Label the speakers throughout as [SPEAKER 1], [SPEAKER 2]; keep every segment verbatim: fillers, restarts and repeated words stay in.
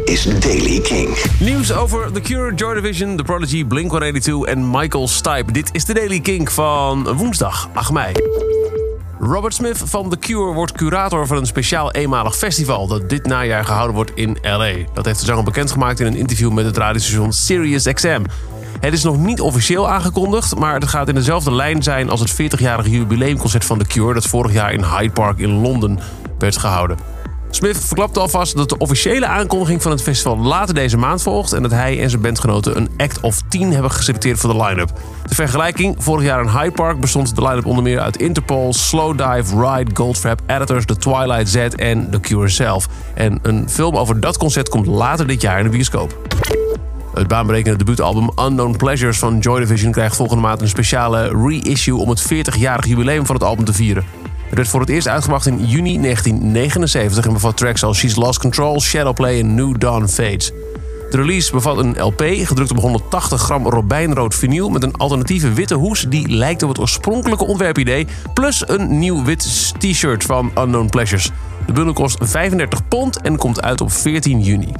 [SPEAKER 1] is Daily Kink.
[SPEAKER 2] Nieuws over The Cure, Joy Division, The Prodigy, Blink honderdtweeënnegentig en Michael Stipe. Dit is de Daily Kink van woensdag acht mei. Robert Smith van The Cure wordt curator van een speciaal eenmalig festival dat dit najaar gehouden wordt in L A. Dat heeft de zanger bekendgemaakt in een interview met het radiostation Sirius X M. Het is nog niet officieel aangekondigd, maar het gaat in dezelfde lijn zijn als het veertigjarige jubileumconcert van The Cure dat vorig jaar in Hyde Park in Londen werd gehouden. Smith verklapte alvast dat de officiële aankondiging van het festival later deze maand volgt en dat hij en zijn bandgenoten een act of tien hebben geselecteerd voor de line-up. De vergelijking, vorig jaar in Hyde Park bestond de line-up onder meer uit Interpol, Slowdive, Ride, Goldfrapp, Editors, The Twilight Z en The Cure zelf. En een film over dat concert komt later dit jaar in de bioscoop. Het baanbrekende debuutalbum Unknown Pleasures van Joy Division krijgt volgende maand een speciale reissue om het veertigjarig jubileum van het album te vieren. Het werd voor het eerst uitgebracht in juni negentien negenenzeventig en bevat tracks als She's Lost Control, Shadowplay en New Dawn Fades. De release bevat een L P gedrukt op honderdtachtig gram robijnrood vinyl met een alternatieve witte hoes die lijkt op het oorspronkelijke ontwerpidee, plus een nieuw wit t-shirt van Unknown Pleasures. De bundel kost vijfendertig pond en komt uit op veertien juni.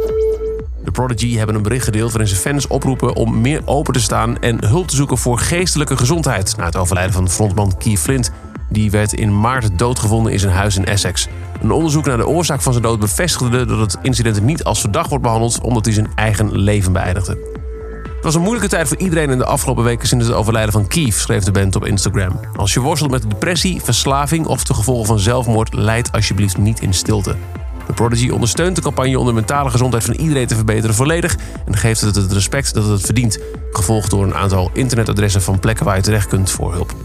[SPEAKER 2] The Prodigy hebben een bericht gedeeld waarin ze fans oproepen om meer open te staan en hulp te zoeken voor geestelijke gezondheid na het overlijden van frontman Keith Flint. Die werd in maart doodgevonden in zijn huis in Essex. Een onderzoek naar de oorzaak van zijn dood bevestigde dat het incident niet als verdacht wordt behandeld omdat hij zijn eigen leven beëindigde. Het was een moeilijke tijd voor iedereen in de afgelopen weken sinds het overlijden van Keith, schreef de band op Instagram. Als je worstelt met depressie, verslaving of de gevolgen van zelfmoord, lijd alsjeblieft niet in stilte. The Prodigy ondersteunt de campagne om de mentale gezondheid van iedereen te verbeteren volledig en geeft het het respect dat het verdient, gevolgd door een aantal internetadressen van plekken waar je terecht kunt voor hulp.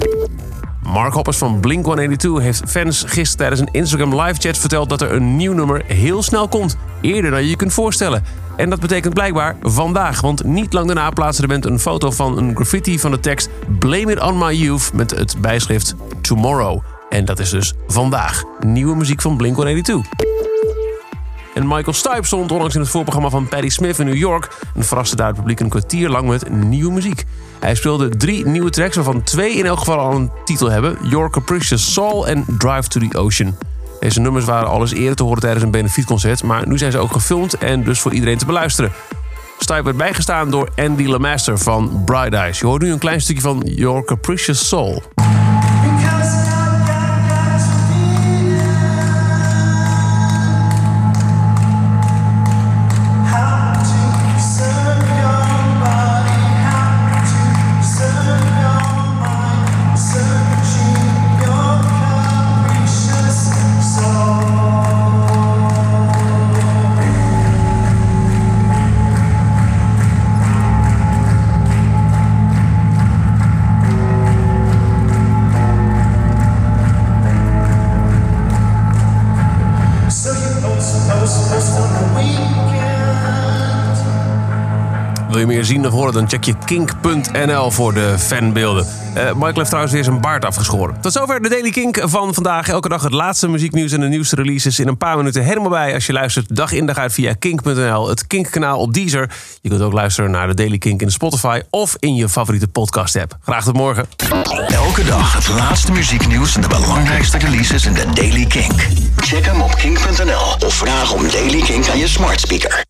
[SPEAKER 2] Mark Hoppus van Blink honderdtweeënnegentig heeft fans gisteren tijdens een Instagram live chat verteld dat er een nieuw nummer heel snel komt. Eerder dan je je kunt voorstellen. En dat betekent blijkbaar vandaag, want niet lang daarna plaatste de band een foto van een graffiti van de tekst Blame It On My Youth met het bijschrift Tomorrow. En dat is dus vandaag. Nieuwe muziek van Blink honderdtweeënnegentig. En Michael Stipe stond onlangs in het voorprogramma van Patti Smith in New York en verraste daar het publiek een kwartier lang met nieuwe muziek. Hij speelde drie nieuwe tracks, waarvan twee in elk geval al een titel hebben: Your Capricious Soul en Drive to the Ocean. Deze nummers waren al eens eerder te horen tijdens een benefietconcert, maar nu zijn ze ook gefilmd en dus voor iedereen te beluisteren. Stipe werd bijgestaan door Andy LaMaster van Bright Eyes. Je hoort nu een klein stukje van Your Capricious Soul. Wil je meer zien of horen, dan check je kink punt n l voor de fanbeelden. Uh, Michael heeft trouwens weer zijn baard afgeschoren. Tot zover de Daily Kink van vandaag. Elke dag het laatste muzieknieuws en de nieuwste releases in een paar minuten helemaal bij als je luistert dag in dag uit via kink punt n l, het Kink-kanaal op Deezer. Je kunt ook luisteren naar de Daily Kink in de Spotify of in je favoriete podcast-app. Graag tot morgen.
[SPEAKER 1] Elke dag het laatste muzieknieuws en de belangrijkste releases in de Daily Kink. Check hem op kink punt n l of vraag om Daily Kink aan je smart speaker.